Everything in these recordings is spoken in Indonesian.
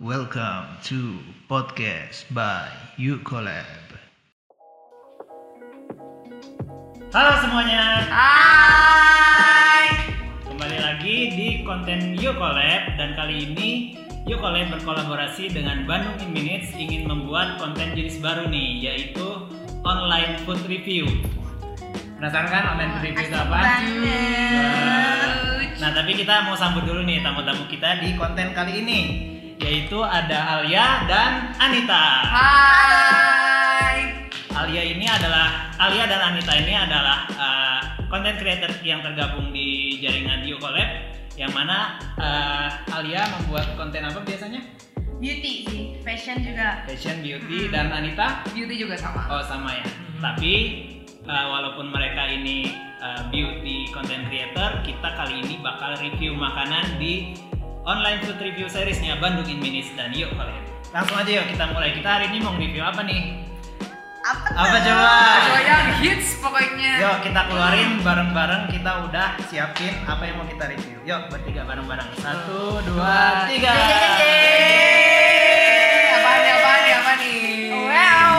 Welcome to podcast by YouCollab. Halo semuanya, Hai. kembali lagi di konten YouCollab dan kali ini YouCollab berkolaborasi dengan Bandung in Minutes ingin membuat konten jenis baru nih, yaitu online food review. Penasaran kan online food review itu apa? Nah, tapi kita mau sambut dulu nih tamu-tamu kita di konten kali ini, yaitu ada Alia dan Anita. Hai. Alia dan Anita ini adalah content creator yang tergabung di jaringan YouCollab, yang mana Alia membuat konten apa biasanya? Beauty sih, fashion juga. Fashion, beauty, dan Anita? Beauty juga sama. Oh, sama ya. Tapi walaupun mereka ini beauty content creator, kita kali ini bakal review makanan di online food review seriesnya Bandung in Minutes dan YouCollab. Langsung aja yuk kita mulai. Kita hari ini mau review apa nih? Apa coba? Coba yang hits pokoknya. Yuk kita keluarin bareng-bareng, kita udah siapin apa yang mau kita review. Yuk bertiga bareng-bareng. 1, 2, 3. Apa nih? Wow.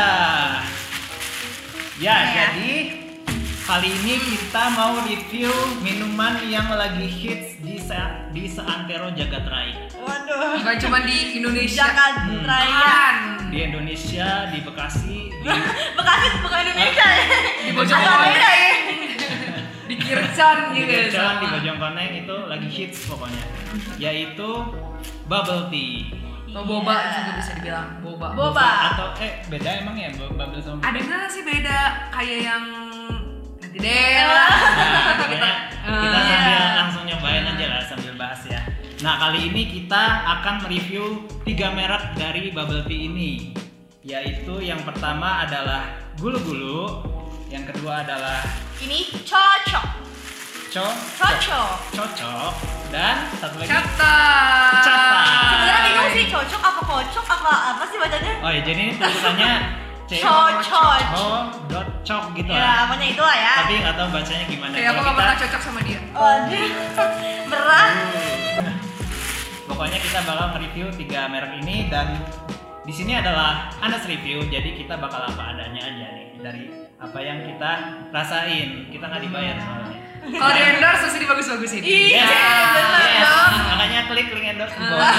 Jadi kali ini kita mau review minuman yang lagi hits di seantero jagat raya. Waduh. Bukan cuma di Indonesia. Jagat raya. Di Indonesia, di Bekasi, Bekasi bukan Indonesia ya. Di Bojongkoneng. Beda ya. Di Kircon di gitu. Kircon, di Bojongkoneng itu lagi hits pokoknya. Yaitu bubble tea. Atau boba juga bisa dibilang boba. Boba. Atau beda emang ya bubble sama boba? Ada nggak sih beda kayak yang nanti deh. Nah, Nanti kita sambil langsung nyobain aja lah sambil bahas ya. Nah, kali ini kita akan mereview 3 merek dari bubble tea ini. Yaitu yang pertama adalah gulu-gulu, yang kedua adalah Ini cocok. cocok, dan satu lagi Catat. Sebenarnya bingung sih cocok apa kocok apa sih bacanya? Oh ya, jadi ini tulisannya Cocok. cok gitu Ya, lah. apanya itu lah ya. Tapi nggak tahu bacanya gimana. Kayak aku Kalau gak kita pernah cocok sama dia. Waduh. Berat. pokoknya kita bakal nge-review 3 merek ini, dan di sini adalah Anas review, jadi kita bakal apa adanya aja nih dari apa yang kita rasain. Kita nggak dibayar soalnya. Kalau di endorse pasti dibagus-bagusin. Iya, Yes. benar Yes. dong. Makanya klik link endorse di bawah.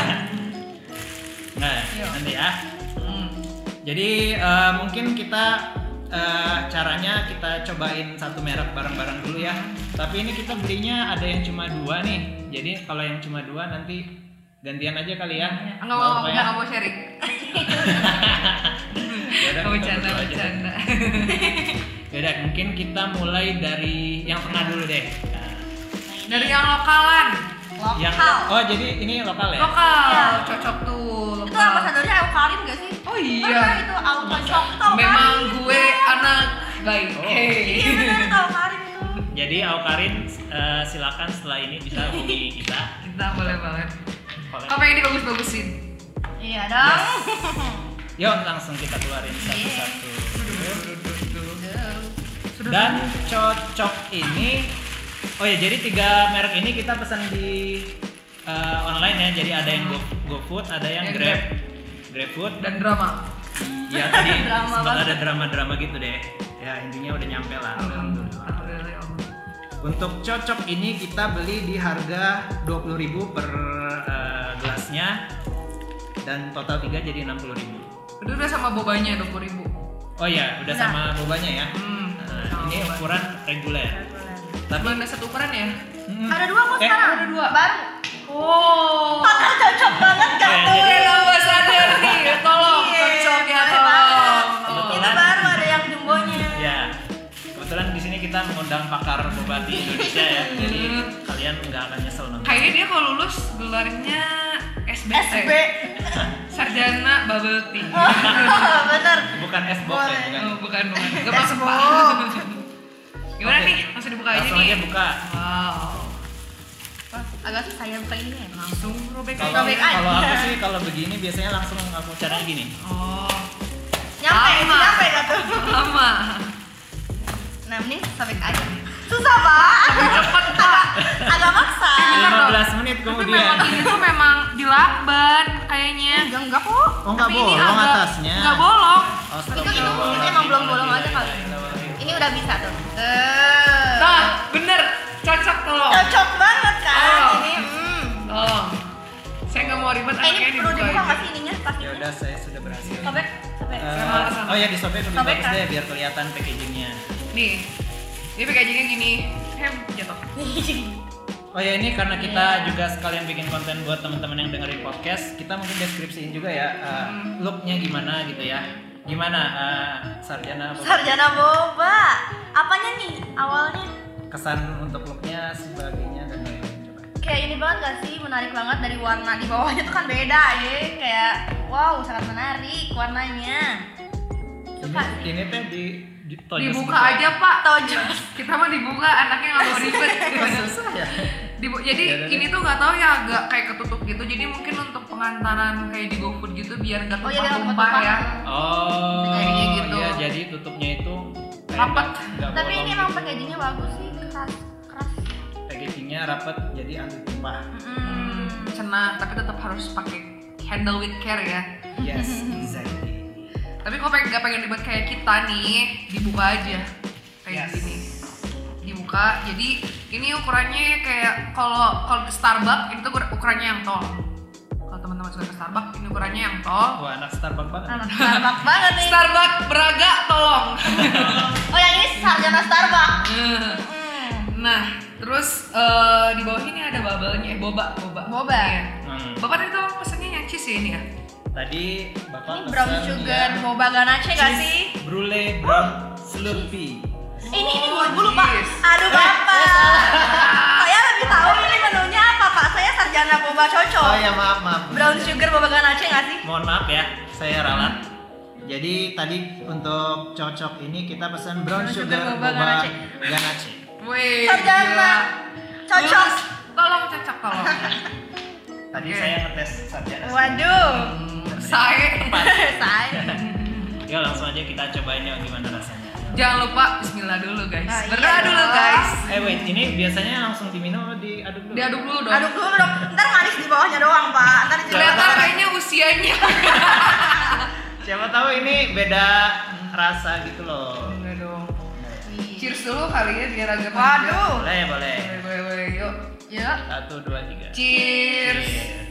Nah, nanti ya. Jadi mungkin kita caranya kita cobain satu merek bareng-bareng dulu ya. Tapi ini kita belinya ada yang cuma 2 nih. Jadi kalau yang cuma 2 nanti gantian aja kali ya. Enggak mau sharing. Yaudah, kita berdua aja. Bercanda. Yaudah, mungkin kita mulai dari yang tengah dulu deh. Nah, Dari yang lokalan. Lokal. jadi ini lokal ya? Lokal, Iya. cocok tuh. Itu ambasadornya Aukarin gak sih? Oh Bener, iya. itu Aukarin. Memang gue anak baik. Oh. Iya benar itu Aukarin itu. Jadi Aukarin silakan setelah ini bisa hubungi kita. Kita boleh banget. Collab. Kau pengen dibagus-bagusin? Iya dong. Yuk langsung kita keluarin satu-satu. Sudah. Dan cocok ini, oh ya, jadi 3 merek ini kita pesan di online ya. Jadi ada yang GoFood, ada yang Yang GrabFood. Dan drama. Ya tadi Drama sempat banget. ada drama-drama gitu deh. Ya intinya udah nyampe lah. Alhamdulillah. Alhamdulillah ya Allah. Untuk cocok ini kita beli di harga 20.000 per gelasnya, dan total 3 jadi 60.000. Udah sama bobanya 20.000. Oh iya, udah Udah. sama bobanya ya. Sama Ini boba. ukuran reguler. Tapi ada satu ukuran ya? Ada 2 kok sekarang. ada 2. Baru. Oh. Padahal cocok banget kan Eh, tuh. jadi- Oke, ambassador nih. Tolong Iya, cocok ya, boleh tolong. banget. Kebetulan. Itu baru ada yang jumbonya. Ya, kebetulan di sini kita mengundang pakar boba di Indonesia ya. Jadi kalian nggak akan nyesel nanti. Kayaknya dia kalau lulus gelarnya SBT. SB. Sarjana Bubble Tea. Bener. Bukan es bok ya, bukan. Oh, bukan. Gak masuk SBO. Pak. Gimana Oke. nih? Langsung dibuka aja Langsung nih. aja buka. Wow. Agak susah ya buka ini ya. Langsung robek Kalau Robek aja. kalau aku sih kalau begini biasanya langsung aku caranya gini. Oh. Nyampe Lama. gak tuh? Lama. Nah ini sobek aja. Susah Pak. Cepet Pak. Agak maksa. Bener dong. 15 menit Tapi kemudian. memang ini tuh memang dilakban kayaknya. Enggak kok. Oh nggak Tapi ini bolong agak- atasnya. Nggak bolong. Itu emang belum bolong aja kali. Ini udah bisa tuh. Nah, bener. Cocok tolong. Cocok banget kan Oh. ini. Tolong. Saya nggak mau ribet. Ini anaknya perlu dibuka aja. nggak sih ininya pasti? Ya udah saya sudah berhasil. Sobek, sobek. Oh ya disobek lebih Sobek bagus kan? deh biar kelihatan packagingnya. Nih. Ini packagingnya gini. Jatuh. Oh ya ini karena kita juga sekalian bikin konten buat teman-teman yang dengerin podcast, kita mungkin deskripsiin juga ya looknya gimana gitu ya. Gimana Sarjana Boba? Sarjana Boba. Apanya nih awalnya? Kesan untuk looknya sebagainya dan lain-lain coba. Kayak ini banget gak sih, menarik banget dari warna di bawahnya tuh kan beda ya. Kayak wow sangat menarik warnanya. Suka sih. Ini teh di tojos Dibuka gitu. aja Pak. Tojos. Kita mah dibuka, anaknya nggak mau ribet. Susah ya. Jadi Ya, ini tuh nggak tahu ya agak kayak ketutup gitu. Jadi mungkin untuk pengantaran kayak di GoFood gitu biar nggak Oh iya, nggak tumpah-tumpah ya. Oh, Kayaknya gitu. Iya, jadi tutupnya itu kayak Rapat. nggak Tapi bolong ini emang gitu. packagingnya bagus sih, keras. Packagingnya rapat jadi anti tumpah. Cenah, tapi tetap harus pakai handle with care ya. Yes, exactly. Tapi kalau nggak pengen ribet kayak kita nih, dibuka aja kayak Yes. gini. Dibuka, jadi ini ukurannya kayak kalau ke Starbucks itu ukurannya yang tall. Kalau teman-teman suka ke Starbucks, ini ukurannya yang tall. Wah, anak Starbucks banget. Anak Starbucks banget nih. Starbucks Braga tolong. Oh yang ini sarjana Starbucks. Nah, terus di bawah ini ada bubble-nya, boba. Boba. Iya. Hmm. Bapak tadi tuh pesannya yang cheese ya ini ya? Tadi Bapak Ini brown pesan sugar yang boba ganache gak cheese sih? brulee brown slurpee. Ini bulu-bulu Pak. cheese. Aduh Bapak. Saya lebih tahu ini menunya apa Pak. Saya sarjana boba cocok. Oh ya maaf. Brown sugar boba ganache gak sih? Mohon maaf ya, saya ralat. Jadi tadi untuk cocok ini kita pesan brown Brown sugar sugar boba boba ganache. Wih, Sarjana. gila. Cocok. Lulus. Tolong cocok tolong. Tadi Oke. saya ngetes sarjana. Waduh. Saya. Saya. Ya langsung aja kita cobain ya gimana rasanya. Jangan lupa bismillah dulu guys. Ah, iya Berdoa dulu dong. guys. Wait, ini biasanya langsung diminum atau diaduk dulu? Diaduk dulu dong. Aduk dulu dong. Ntar manis di bawahnya doang Pak. Ntar Kelihatan kayaknya usianya. Siapa tahu ini beda rasa gitu loh. Enggak dong. Cheers dulu kali ya biar agak Waduh. Boleh, boleh. Boleh, yuk. Ya. 1, 2, 3. Cheers.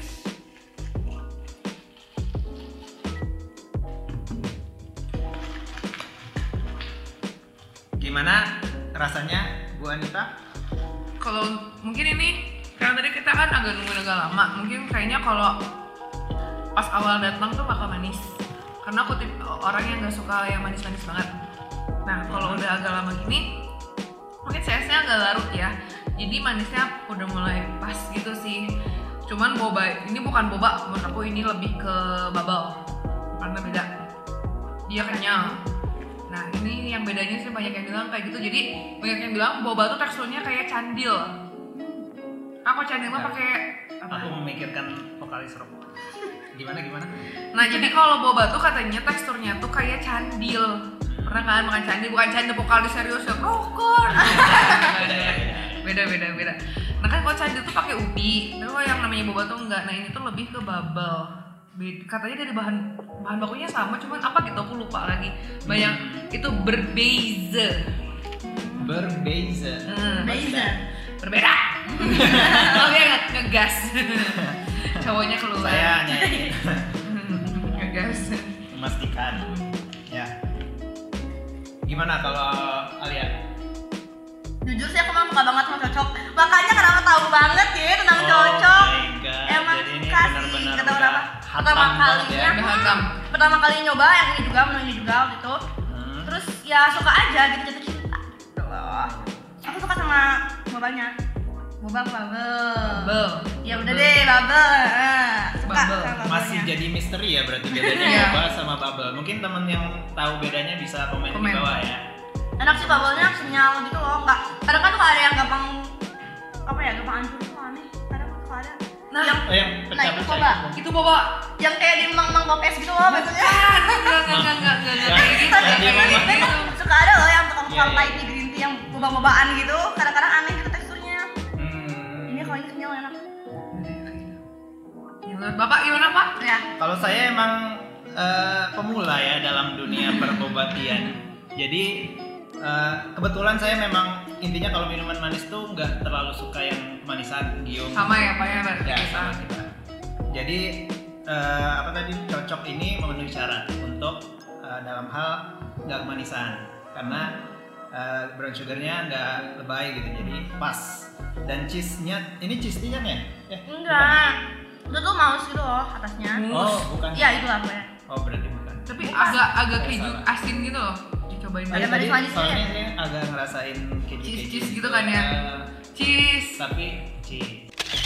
Gimana rasanya Bu Anita? Kalau mungkin ini karena tadi kita kan agak nungguin agak lama, mungkin kayaknya kalau pas awal datang tuh bakal manis. Karena aku tipe orang yang nggak suka yang manis-manis banget. Nah kalau udah agak lama gini, mungkin CS-nya agak larut ya. Jadi manisnya udah mulai pas gitu sih. Cuman boba ini bukan boba, menurut aku ini lebih ke bubble karena beda. Dia kenyal. Nah ini yang bedanya sih banyak yang bilang kayak gitu. Jadi banyak yang bilang boba tuh teksturnya kayak candil. Aku candil mah pakai apa? Aku memikirkan vokalis rock. Gimana? Nah jadi kalau boba tuh katanya teksturnya tuh kayak candil. Pernah kan makan candil? Bukan candil vokalis serius ya, rokok. Beda. Nah kan kalau candil tuh pakai ubi, tapi kalau yang namanya boba tuh enggak. Nah ini tuh lebih ke bubble. Katanya dari bahan bakunya sama, cuman apa gitu aku lupa lagi. Banyak itu berbeza. Berbeza. Beza. Berbeda. Tapi nggak ngegas. Cowoknya keluar. Saya nyanyi Ngegas. memastikan. Ya. Gimana kalau Alia? Jujur sih aku memang suka banget sama cocok. Makanya kenapa tahu banget ya tentang cocok. Oh my God. Emang Jadi ini kasih benar-benar kata udah kenapa? hatam Pertama banget kalinya, ya. Udah hatam. pertama kali nyoba yang ini juga, menu ini juga gitu. Terus ya suka aja gitu jatuh cinta. Gitu loh. Aku suka sama bobanya. Boba bubble. Bubble. Ya udah deh bubble. Suka Bubble. sama Masih bubble-nya. jadi misteri ya berarti bedanya Iya. boba sama bubble. Mungkin temen yang tahu bedanya bisa komen di Komen. bawah ya. Enak sih bubble-nya kenyal gitu loh. Enggak. Kadang kan tuh ada yang gampang apa ya, gampang hancur tuh aneh. Kadang tuh ada. Nah, yang Oh yang nah itu pecah-pecah coba. itu. itu boba. Yang kayak di mang-mang pop es gitu loh maksudnya. Enggak kayak gitu. Ya, Kayak yang gitu. di Tapi kan suka ada loh yang tukang Iya, iya. Thai tea green tea yang boba-bobaan gitu, kadang-kadang aneh gitu teksturnya. Ini kalau ini kenyal enak. Menurut Bapak gimana Pak? Ya. Kalau saya emang pemula ya dalam dunia perbobatian. Jadi kebetulan saya memang intinya kalau minuman manis tuh nggak terlalu suka yang kemanisan, Gium. Sama ya Pak ya berarti Ya, kita. sama kita. Jadi apa tadi cocok ini memenuhi syarat untuk dalam hal nggak kemanisan karena brown sugarnya nggak lebay gitu, jadi pas. Dan cheese-nya ini cheese tea kan ya? Enggak. Itu tuh mouse gitu loh atasnya. Oh, bukan. Iya, itu lah pokoknya. Oh, berarti bukan. Tapi agak Oh, keju salah. asin gitu loh. Dicobain Ada Tadi banget. manis-manisnya soalnya ya? saya agak ngerasain keju Cheese gitu kan ya? Cheese. Tapi cheese.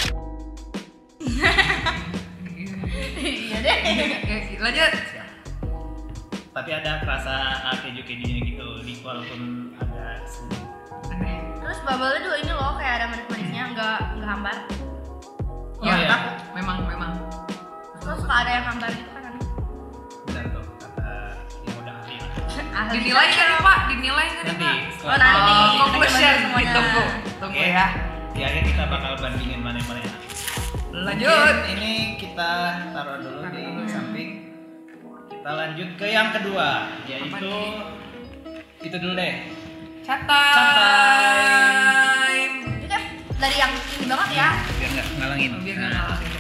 Iya deh. Lanjut. Tapi ada kerasa keju-kejunya gitu di walaupun agak sedikit. Aneh. Terus bubble-nya juga ini loh kayak ada manis-manisnya, enggak hambar. Oh, Ya, iya. memang. Terus suka ada yang hambar gitu kan. Benar tuh kata yang udah ahli lah. Ahli Dinilai saja. kan nih Pak? Dinilai kan nih Nanti Pak? Oh, nanti. Oh, Kita conclusion cobain semuanya. ditunggu. Oke. Tunggu ya. Di akhir kita bakal bandingin mana yang mana enak. Lanjut. Mungkin ini kita taruh dulu di samping. Kita lanjut ke yang kedua, yaitu itu dulu deh. Chat Chat time. Ini kan dari yang ini banget ya. Biar nggak ngalangin. Biar nggak Nah, ngalahin.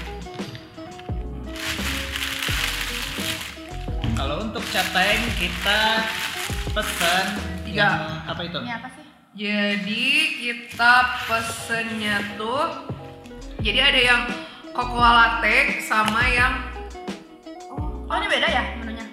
kalau untuk chat time kita pesan Tiga. yang apa itu? Ini apa sih? Jadi kita pesennya tuh, jadi ada yang cocoa latte sama yang Oh, ini beda ya menunya?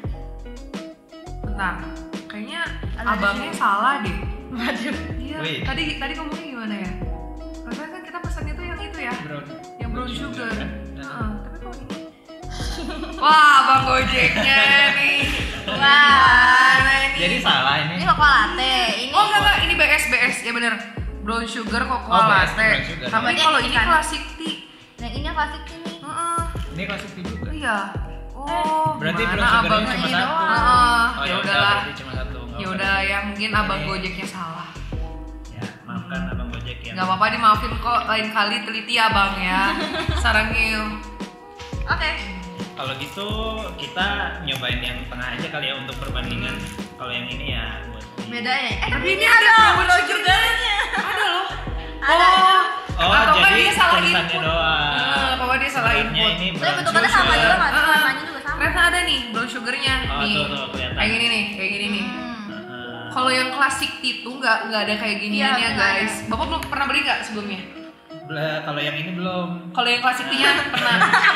bentar, kayaknya Ada di abangnya sini. salah deh. Waduh. Iya. Wih. Tadi ngomongnya gimana ya? Rasanya kan kita pesannya tuh yang itu ya, yang brown sugar. kan? Heeh, tapi kok ini? Wah, abang Gojeknya nih. Wah. Gimana ini? Jadi salah ini. Ini cocoa latte. Ini Oh enggak, ini BS ya bener. Brown sugar cocoa Oh, BS, latte. brown sugar. Tapi Berarti kalau yang ini ini kan? classic tea. Yang ini yang klasik ini. Heeh. Ini klasik tea juga. Iya. Oh, Berarti gimana brown sugarnya abangnya cuma ini satu. doang? Oh, Ya ya udahlah. berarti cuma satu. Nggak Ya apa-apa. udah ya mungkin abang Ini- Gojeknya salah. Ya, maafkan abang Gojek yang. Gak apa-apa dimaafin kok, lain kali teliti ya bang ya. Sarangil. Oke. Kalau gitu kita nyobain yang tengah aja kali ya untuk perbandingan. Kalau yang ini ya buat Beda ya. Tapi Tapi ini ini ada ada brown brown sugar-nya. sugarnya. Ada loh. Ada. Oh, atau kan jadi dia salah tulisannya input. doang. Pokoknya dia salah Sebenarnya input. ini Tapi brown bentukannya sama sugar. juga mas. Heeh. Warnanya juga sama. Ternyata ada nih brown sugarnya Oh, nih. tuh, kelihatan. Kayak gini nih, kayak gini nih. Heeh. Kalau yang klasik tea tuh nggak ada kayak ginian Iya, ya nggak guys. Bapak belum pernah beli nggak sebelumnya? Kalau yang ini belum. Kalau yang klasik tea-nya pernah.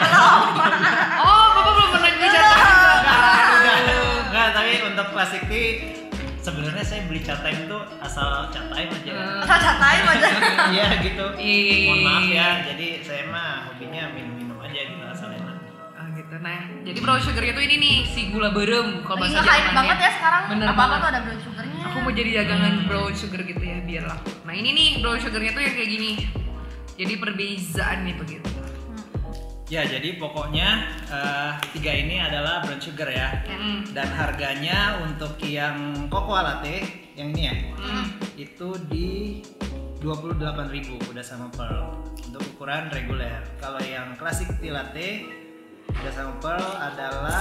Oh, Bapak belum pernah beli cat time juga. Enggak, tapi untuk klasik tea sebenarnya saya beli cat time itu asal cat time aja. Asal catain aja. Iya gitu. Iya. Mohon maaf ya. Jadi saya mah hobinya minum-minum aja gitu asal enak. Ah gitu. Nah, jadi brown sugar itu ini nih si gula berem kalau Lagi bahasa nge-hype Jermannya. banget ya sekarang. Bener Apa-apa banget. tuh ada brown sugarnya. Aku mau jadi dagangan brown sugar gitu ya biar laku. Nah ini nih brown sugarnya tuh yang kayak gini. Jadi perbezaannya tuh gitu. Ya, jadi pokoknya tiga ini adalah brown sugar ya. Dan harganya untuk yang cocoa latte yang ini ya, itu di 28.000 udah sama pearl untuk ukuran reguler. Kalau yang classic tea latte udah sama pearl adalah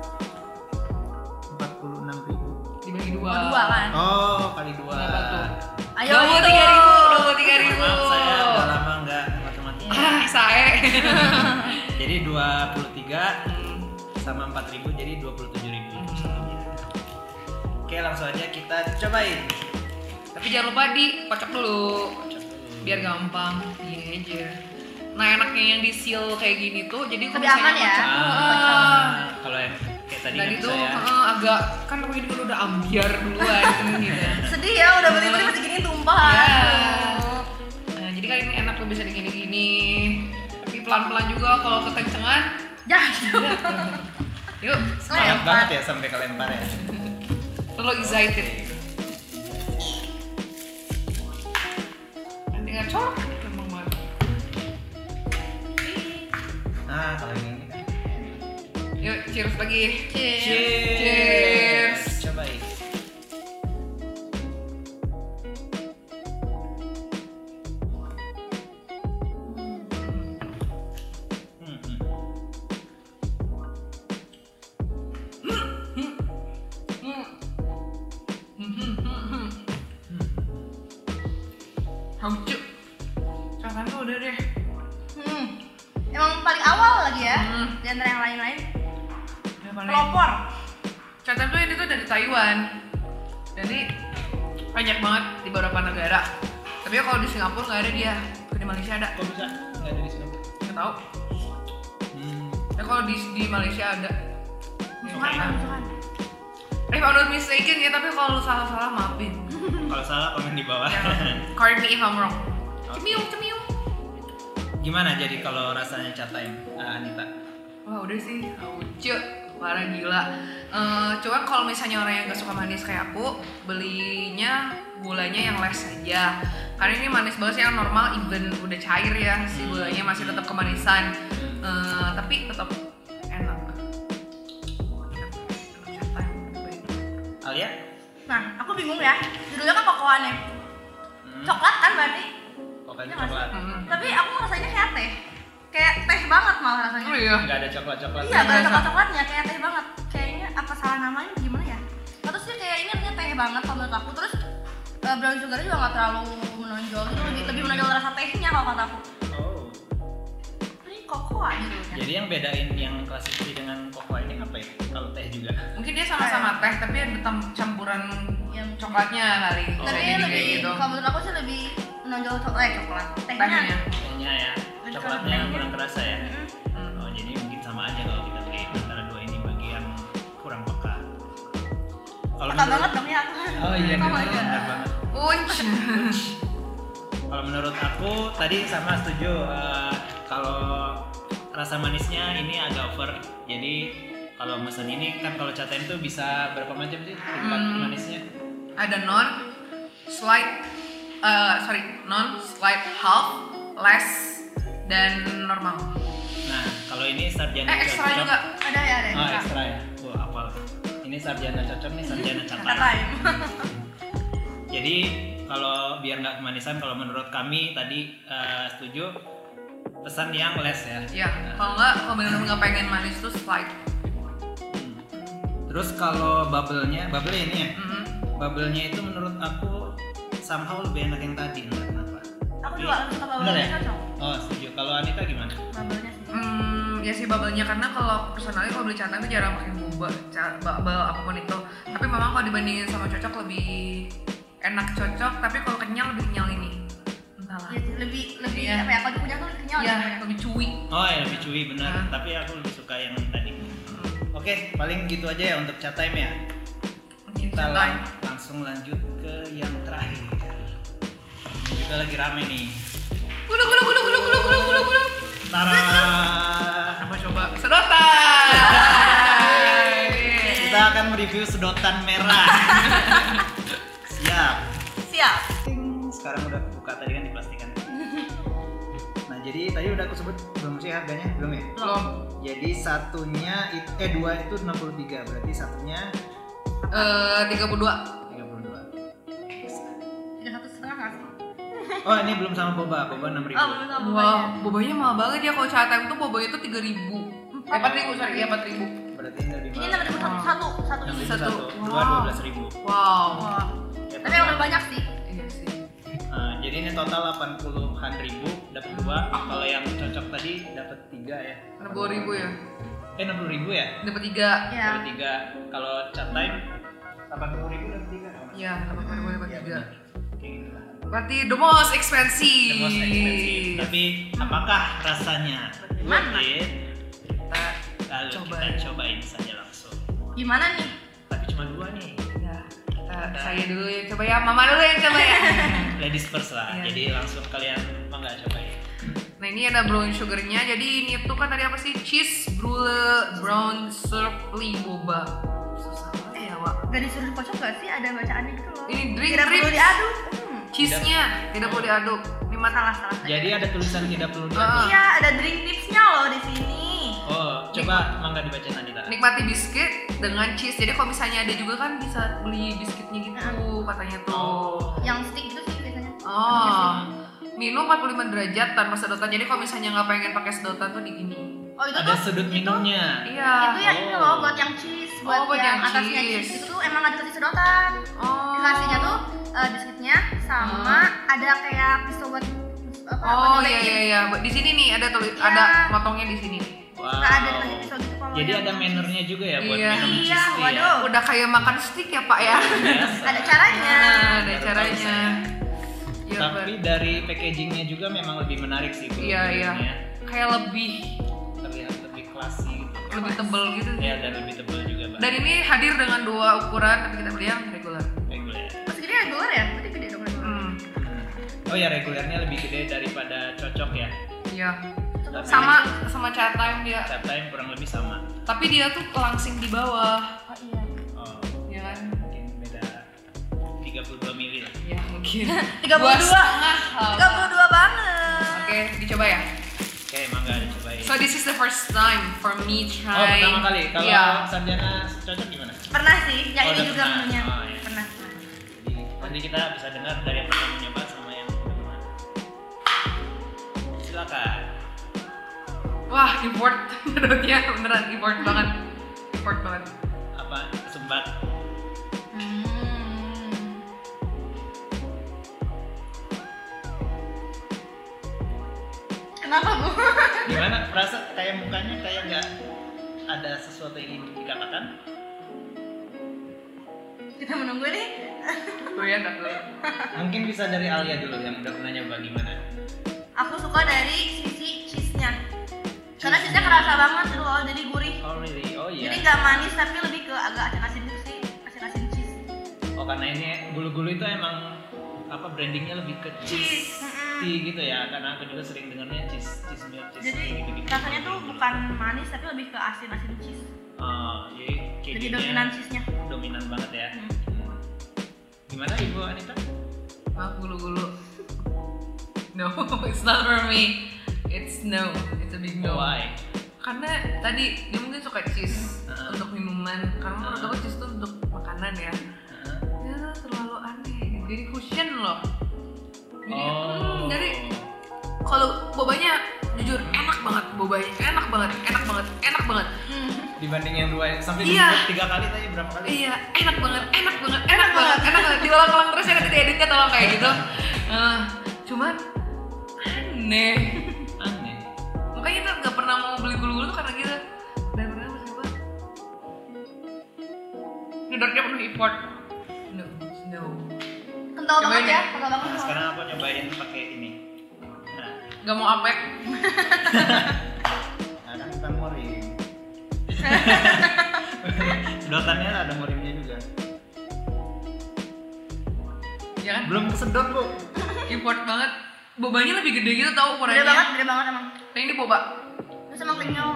46.000. Dibagi dua. Oh, dua kan. Oh, kali dua. Berapa tuh? Ayo Dua itu. 3.000. Maaf, saya udah lama nggak matematika. Ah, sae. Jadi 23 sama 4.000 jadi 27.000. Oke, langsung aja kita cobain. Tapi jangan lupa dikocok dulu. Biar gampang. Gini aja. Nah enaknya yang di seal kayak gini tuh jadi kalau Lebih aman misalnya ya? kocok, Kalau yang kayak tadi dan nggak itu bisa ya. agak kan aku ini udah ambiar duluan gitu. Sedih ya udah beli-beli masih gini tumpah. Ya. Nah jadi kan ini enak tuh bisa digini-gini. Tapi pelan-pelan juga kalau kekencengan. Ya. Yuk, Semangat banget ya sampai kelempar ya. lo excited. Nanti nggak colok, emang banget. Nah, kalau yang ini kan. Yuk, cheers lagi. Cheers. Cheers. Cobain. Pelopor. Chatem tuh ini tuh dari Taiwan. Jadi banyak banget di beberapa negara. Tapi ya kalau di Singapura nggak ada dia. Di Malaysia ada. Kok bisa? Nggak ada di sini. Nggak tahu. Ya kalau di Malaysia ada. Musuhan, musuhan. If I'm not mistaken ya, tapi kalau lu salah maafin. Kalau salah komen di bawah. Correct me if I'm wrong. Cemiu. Gimana jadi kalau rasanya chat time, Anita? Wah udah sih, lucu, parah gila. Cuman kalau misalnya orang yang gak suka manis kayak aku, belinya gulanya yang less aja. Karena ini manis banget sih, yang normal even udah cair ya, si gulanya masih tetap kemanisan. Tapi tetap enak. Alia? Nah, aku bingung ya. Judulnya kan kokoan ya. Coklat kan berarti? Pokoknya Iya nggak sih? coklat. Tapi aku ngerasainnya kayak teh. Kayak teh banget malah rasanya. Oh iya. Nggak ada coklat-coklat. Iya, gak ada coklat-coklatnya, kayak teh banget. Kayaknya apa salah namanya gimana ya? Terus sih kayak ini artinya teh banget kalau menurut aku. Terus brown sugar juga gak terlalu menonjol gitu, lebih menonjol rasa tehnya kalau kata aku. Oh. Ini kokoa judulnya. Jadi yang bedain yang klasifikasi dengan cocoa ini apa ya? Kalau teh juga. Mungkin dia sama-sama teh, tapi ada campuran yang coklatnya kali. Oh. Tapi Kayak lebih, gitu. kalau menurut aku sih lebih menonjol coklat. Tehnya. Tehnya. Tehnya ya. Coklatnya kurang kerasa ya. Oh, jadi mungkin sama aja kalau kita beli antara dua ini bagi yang kurang peka. Kalau Peka banget dong ya aku. Oh iya, Sama aja. benar banget. Kalau menurut aku tadi sama setuju. Kalau rasa manisnya ini agak over. Jadi kalau mesen ini kan kalau chat time tuh bisa berapa macam sih tingkat manisnya? Ada non, slight, half, less, dan normal. Nah, kalau ini sarjana Ekstra cocok. juga. Ada ya, ada. Oh, ekstra ya. Wah, apal. Ini sarjana cocok nih, sarjana chat Chat time. time. Jadi kalau biar nggak kemanisan, kalau menurut kami tadi setuju pesan yang less ya. Iya. Kalau benar-benar nggak pengen manis tuh slight. Terus kalau bubble-nya ini ya. Bubble-nya itu menurut aku somehow lebih enak yang tadi, entah kenapa. Aku juga lebih suka Bener bubble ya? cocok. Oh, setuju. Kalau Anita gimana? Bubble-nya sih. Ya sih bubble-nya, karena kalau personalnya kalau beli catan tuh jarang pakai bubble apapun itu. Tapi memang kalau dibandingin sama cocok lebih enak cocok, tapi kalau kenyal lebih kenyal ini. Entahlah. Iya sih, lebih Iya. apa ya? Kalau dikunyah tuh lebih kenyal Iya, ya. lebih chewy. Oh ya, lebih cuy bener. Hah? Tapi aku lebih suka yang tadi. Oke, paling gitu aja ya untuk chat time ya. Kita langsung lanjut ke yang terakhir. Ini juga lagi rame nih. Gula. Tara. Apa coba? Sedotan. Kita akan mereview sedotan merah. Siap. Siap. Ting, sekarang udah buka tadi kan dipastikan. Nah, jadi tadi udah aku sebut belum sih harganya? Belum ya? Belum. Jadi dua itu 63, berarti satunya 32. 32. 1,5 nggak sih? Oh, ini belum sama boba 6.000. Oh, belum sama Wah, bubble-nya. bobanya mahal banget ya. Kalau chat time tuh bobanya tuh 3.000. 4.000, sorry, ya 4.000. Berarti ini lebih Ini mahal. 6.000 satu ini. Satu. Dua Wow. 12.000. Wow. Wah. Ya, Tapi yang lebih banyak sih. Iya sih. jadi ini total 80-an ribu dapat 2. Kalau yang cocok tadi dapat 3 ya. 60.000 ya. 60.000 ya? Dapat 3. Iya. Dapat 3. Kalau chat time 80.000 dapat 3. Iya, dapat 3. Ya, benar. Kayak gitu lah. Berarti the most expensive. The most expensive. Tapi apakah rasanya Bagaimana? worth it? Kita Lalu cobain. kita cobain saja langsung. Gimana nih? Tapi cuma 2 nih. Ya, saya dulu yang coba ya, mama dulu yang coba ya. Ladies first lah. Iya. Jadi langsung kalian mangga cobain. Nah ini ada brown sugarnya, jadi ini tuh kan tadi apa sih? Cheese brulee brown surply boba. Susah banget ya, Wak. Gak disuruh dikocok gak sih? Ada bacaannya gitu loh. Ini drink Tidak perlu drips. diaduk. Cheese-nya tidak perlu diaduk. Ini Salah salah. Jadi ada tulisan tidak perlu Ah. diaduk. Iya, ada drink tipsnya loh di sini. Oh, coba mangga dibacain Anita. nikmati biskuit dengan cheese. Jadi kalau misalnya ada juga kan bisa beli biskuitnya gitu katanya tuh. Oh. Yang stick gitu sih biasanya. Oh. Minum 45 derajat tanpa sedotan. Jadi kalau misalnya nggak pengen pakai sedotan tuh di gini. Oh itu Ada tuh sudut minumnya. Iya. itu ya ini loh buat yang cheese, buat, buat yang yang atasnya cheese. cheese itu tuh emang ada kasih sedotan. Oh. Dikasihnya tuh biskuitnya sama ada kayak pisau buat apa? Oh buat iya nyobain. iya iya. Di sini nih ada Iya. ada motongnya di sini. Wow. Suka ada dikasih pisau gitu kalau Jadi yang ada mannernya juga ya buat Iya. minum Iya, cheese tea ya. waduh. Udah kayak makan steak ya Pak ya. Biasa. Ada caranya. Ada Baru caranya. tahu Iya, Tapi dari packagingnya juga memang lebih menarik sih. Iya, iya. bulu-bulunya. Kayak lebih Terlihat lebih klasik gitu. lebih tebel gitu. Ya dan lebih tebal juga Bang. Dan ini hadir dengan 2 ukuran, tapi kita beli yang regular. reguler. Pas gini regular ya? Berarti gede dong regular. Oh ya regulernya lebih gede daripada cocok ya. Iya. Tapi Sama cat time dia. Cat time kurang lebih sama. Tapi dia tuh langsing di bawah. Oh iya. Oh, Ya kan? mungkin beda 32 mili lah. Ya mungkin. 32. 2,5. 32 banget. Oke, dicoba ya. Oke, mangga dicobain. So this is the first time for me try. Oh, pertama kali. Kalau Iya. sarjana cocok gimana? Pernah sih, yang Oh, ini udah juga pernah. menunya. Oh, iya. Pernah. Jadi nanti kita bisa dengar dari yang pertama nyoba sama yang kedua. Silakan. Wah, import. Menurutnya beneran import banget. Import banget. Apa? Sumbat. Kenapa Bu? Gimana? Perasa kayak mukanya kayak nggak ada sesuatu yang ingin dikatakan? Kita menunggu nih. Gue ya tak dulu. Mungkin bisa dari Alia dulu yang udah pernah nyoba gimana? Aku suka dari sisi cheese-nya. Karena cheese-nya kerasa banget gitu loh, jadi gurih. Oh really? Oh iya. Jadi nggak manis tapi lebih ke agak asin-asin gitu sih. Asin-asin cheese. Oh karena ini gulu-gulu itu emang apa brandingnya lebih ke cheese tea gitu ya, karena aku juga sering dengarnya cheese milk, cheese Jadi gitu-gitu. rasanya tuh bukan manis tapi lebih ke asin-asin cheese. Jadi Jadi kejunya dominan cheese-nya. dominan banget ya. Hmm. Gimana Ibu Anita? Maaf gulu-gulu. No, it's not for me. It's no, it's a big no. Why? Karena tadi dia mungkin suka cheese untuk minuman. Karena menurut aku cheese tuh untuk makanan ya. Ya terlalu aneh. Jadi cushion loh. Jadi, jadi kalau bobanya jujur enak banget, bobanya enak banget. Dibanding yang dua sampai Iya. 3 kali tadi berapa kali? Iya, enak banget. Diulang-ulang terus ya nanti dieditnya tolong kayak gitu. Cuman aneh. Makanya kita nggak pernah mau beli gulu-gulu tuh karena gitu. Dan pernah masih buat. Nyedotnya penuh import. No. Kental banget Cobain ya, ya. kental banget. Nah, sekarang aku nyobain pakai ini. Nah, Gak mau apek. kan bukan morim. Sedotannya ada morimnya juga. Ya kan? Belum kesedot Bu. Import banget. Bobanya lebih gede gitu tau ukurannya. Gede banget emang. Nah ini boba. Terus sama kenyal.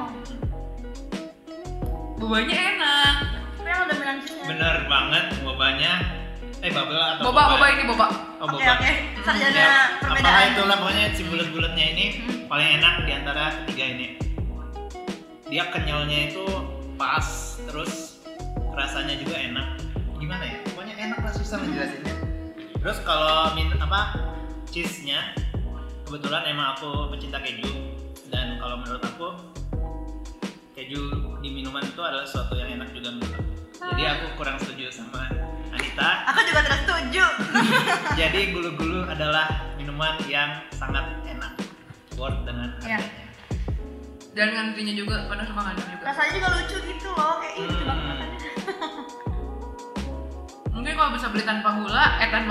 Bobanya enak. Tapi yang dominan cheese-nya. Bener banget bobanya. Bubble atau Boba ini boba. Oh, Oke, boba. oke. Sarjana Ya, perbedaan. apalah itulah pokoknya si bulat-bulatnya ini paling enak di antara ketiga ini. Dia kenyalnya itu pas, terus rasanya juga enak. Gimana ya? Pokoknya enak lah, susah menjelasinnya. Terus kalau cheese-nya kebetulan emang aku pecinta keju, dan kalau menurut aku keju di minuman itu adalah sesuatu yang enak juga menurut aku. Jadi aku kurang setuju sama Anita. Aku juga tidak setuju. Jadi gulu-gulu adalah minuman yang sangat enak, worth dengan Iya. harganya. Dan ngantrinya juga, kadang suka ngantri juga. Rasanya juga lucu gitu loh, kayak ih lucu banget rasanya. Mungkin kalau bisa beli tanpa gula,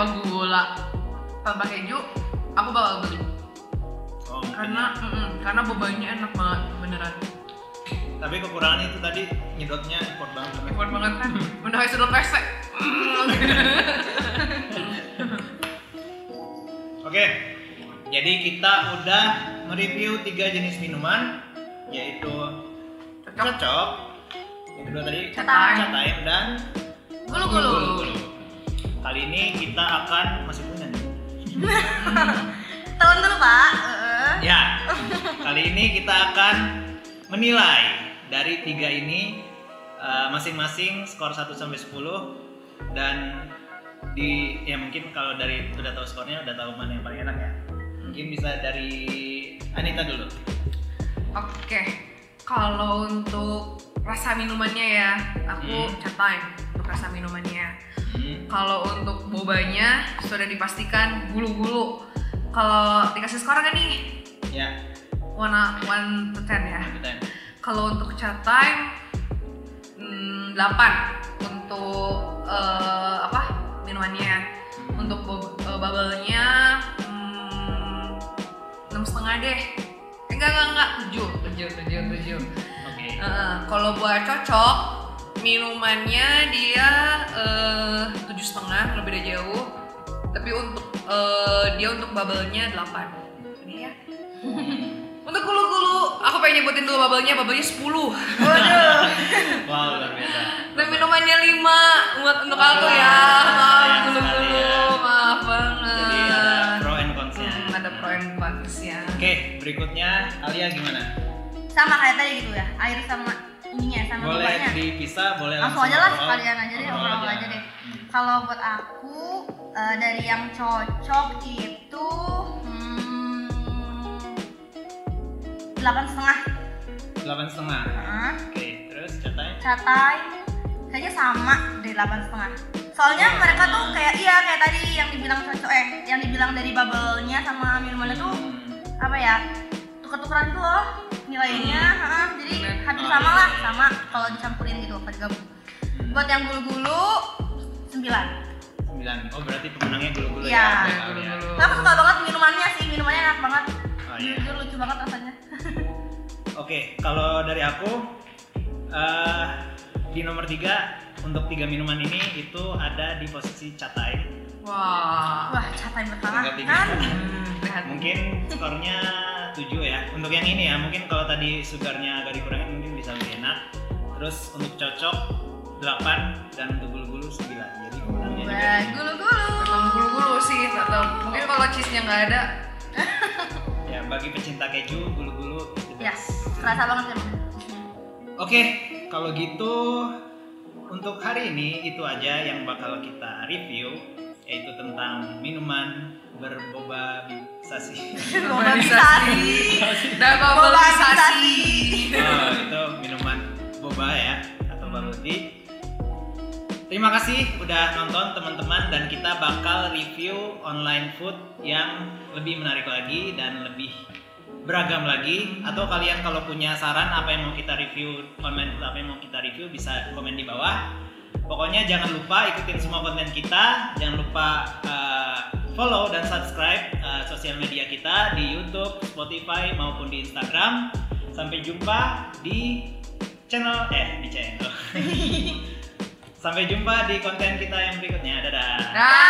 tanpa keju, aku bakal beli. Oh, mungkin Karena bobanya enak banget, beneran. tapi kekurangan itu tadi nyedotnya import banget. Import banget kan, udah kayak sedot pesek. Oke, jadi kita udah mereview 3 jenis minuman, yaitu cocok, yang kedua tadi Cat time dan Gulu-gulu. gulu-gulu. Kali ini kita akan masih punya nih. Tahun dulu Pak. Ya, kali ini kita akan menilai dari 3 ini masing-masing skor 1 sampai 10, dan ya mungkin kalau dari udah tahu skornya udah tahu mana yang paling enak ya. Mungkin bisa dari Anita dulu. Oke, kalau untuk rasa minumannya ya, aku cat time untuk rasa minumannya. Kalau untuk bobanya sudah dipastikan gulu-gulu. Kalau dikasih skor kan nih? Ya, 1 to 10 ya. Anita. Kalau untuk chat time 8 untuk minumannya. Untuk bubble-nya 6,5 deh. Enggak 7. Oke. Kalau buat cocok minumannya dia 7,5 lebih dari jauh. Tapi untuk dia untuk bubble-nya 8. Ini ya. Untuk gulu-gulu, aku pengen nyebutin dulu bubble-nya 10. Waduh. Wow, luar biasa. Dan minumannya 5 untuk aku ya. Maaf gulu-gulu, maaf banget. Jadi ada pro and cons-nya. Ada pro and cons-nya. Oke, berikutnya Alia gimana? Sama kayak tadi gitu ya, air sama ininya sama Boleh bobanya. dipisah, boleh Langsung aja lah, overall. sekalian aja deh, overall aja deh. Kalau buat aku dari yang cocok itu 8,5. 8,5. Heeh. Oke, terus catai. Catai kayaknya sama dari 8,5. Soalnya mereka tuh kayak kayak tadi yang dibilang cocok yang dibilang dari bubble-nya sama minumannya tuh apa ya? Tuker-tukeran tuh loh nilainya, jadi hampir sama lah, sama kalau dicampurin gitu, kalau digabung. Buat yang gulu-gulu 9. 9. Oh, berarti pemenangnya gulu-gulu Iya. ya. Gulu-gulu. Aku suka banget minumannya sih, minumannya enak banget. Oh, iya. Jujur lucu banget rasanya. Oke, kalau dari aku di nomor 3 untuk 3 minuman ini itu ada di posisi catai. Wah. Wah, capai pertama Tingkat tiga. kan? Lihat. Mungkin skornya 7 ya. Untuk yang ini ya, mungkin kalau tadi sugarnya agak dikurangin mungkin bisa lebih enak. Terus untuk cocok 8 dan untuk gulu-gulu 9. Jadi pemenangnya juga Wah, ini. gulu-gulu. Tetap gulu-gulu sih, tetap. Mungkin kalau cheese-nya nggak ada. Ya, bagi pecinta keju, gulu-gulu is the Ya, best. kerasa banget emang. Oke, kalau gitu untuk hari ini itu aja yang bakal kita review, yaitu tentang minuman berbobabisasi. Globalisasi. Dan globalisasi. Oh, itu minuman boba ya atau bubble tea. Terima kasih udah nonton teman-teman, dan kita bakal review online food yang lebih menarik lagi dan lebih beragam lagi. Atau kalian kalau punya saran apa yang mau kita review, online food apa yang mau kita review, bisa komen di bawah. Pokoknya jangan lupa ikutin semua konten kita, jangan lupa follow dan subscribe sosial media kita di YouTube, Spotify maupun di Instagram. Sampai jumpa di channel. Sampai jumpa di konten kita yang berikutnya. Dadah. Dah.